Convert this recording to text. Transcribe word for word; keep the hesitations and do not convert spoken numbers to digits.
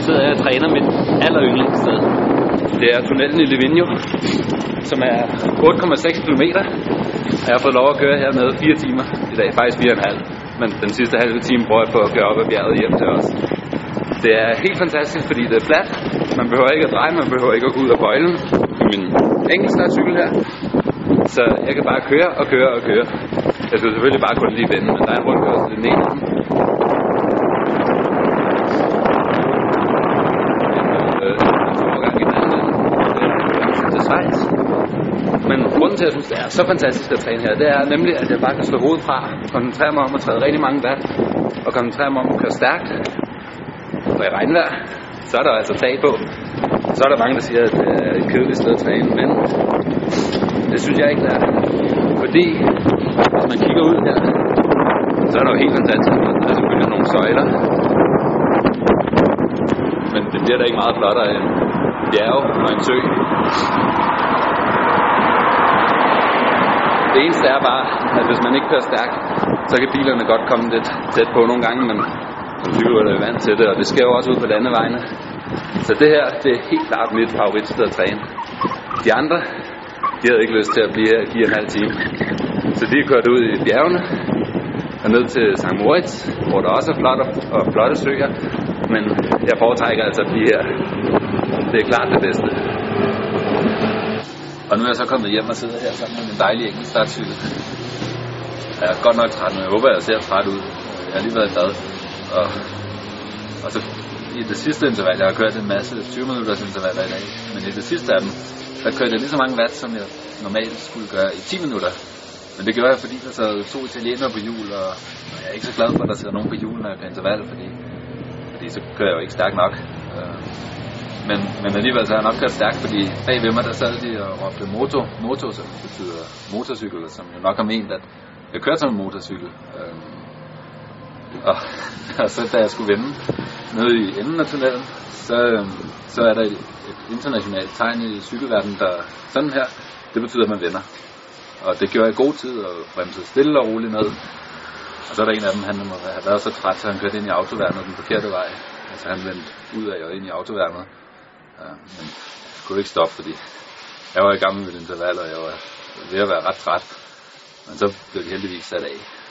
sidder jeg og træner mit alleryndlingssted. Det er tunnelen i Livigno, som er otte komma seks kilometer. Jeg har fået lov at køre hernede fire timer i dag, faktisk fire og en halv. Men den sidste halve time prøver jeg på at køre op ad bjerget hjem til os. Det er helt fantastisk, fordi det er fladt. Man behøver ikke at dreje, man behøver ikke at gå ud af bøjlen på min enkeltstartcykel her. Så jeg kan bare køre og køre og køre. Jeg skal selvfølgelig bare kun lige vende, men der er en rundkørsel lidt ned. Men grunden til, at jeg synes, det er så fantastisk at træne her, det er nemlig, at jeg bare kan slå hovedet fra, koncentrere mig om at træde rigtig mange watt, og koncentrere mig om at køre stærkt. For i regnvejr, så er der altså tag på. Så er der mange, der siger, at det er et kedeligt sted at træne, men det synes jeg ikke, det er. Fordi, hvis man kigger ud her, så er der jo helt fantastisk. Der er selvfølgelig nogle søjler. Men det bliver da ikke meget flottere end bjerge og en sø. Det eneste er bare, at hvis man ikke kører stærkt, så kan bilerne godt komme lidt tæt på nogle gange, men som cykelrytter er vant til det, og det sker jo også ud på landevejene. Så det her, det er helt klart mit favoritsted at træne. De andre, de havde ikke lyst til at blive her i fire og en halv time. Så de er kørt ud i bjergene og ned til Sankt Moritz, hvor der også er flotte og flotte søer, men jeg foretrækker altså at blive her. Det er klart det bedste. Og nu er jeg så kommet hjem og sidder her sammen med min dejlige enkeltstartcykel. Jeg er godt nok træt, men jeg håber, at jeg ser træt ud. Jeg har lige været i bad. Og, og så i det sidste interval, jeg har kørt en masse tyve minutters intervaller i dag, men i det sidste af dem, der kørte jeg lige så mange watt, som jeg normalt skulle gøre i ti minutter. Men det gjorde jeg, fordi der sad to italienere på hjul, og jeg er ikke så glad for, at der sidder nogen på hjul, når jeg kører interval, fordi, fordi så kører jeg jo ikke stærkt nok. Men, men alligevel så har jeg nok kørt stærkt, fordi bag ved mig der sad de og råbte moto, moto, som betyder motorcykel, som jo nok har ment, at jeg kørte som en motorcykel. Øhm, og, og så da jeg skulle vende nede i enden af tunnelen, så, øhm, så er der et, et internationalt tegn i cykelverdenen, der sådan her, det betyder, at man vender. Og det gjorde jeg i god tid og bremsede stille og roligt ned. Og så er der en af dem, han må have været så træt, så han kørte ind i autoværnet den forkerte vej. Altså han vendte ud af og ind i autoværnet. Ja, men jeg kunne ikke stoppe, fordi jeg var i gang med et interval, og jeg var ved at være ret træt. Men så blev de heldigvis sat af.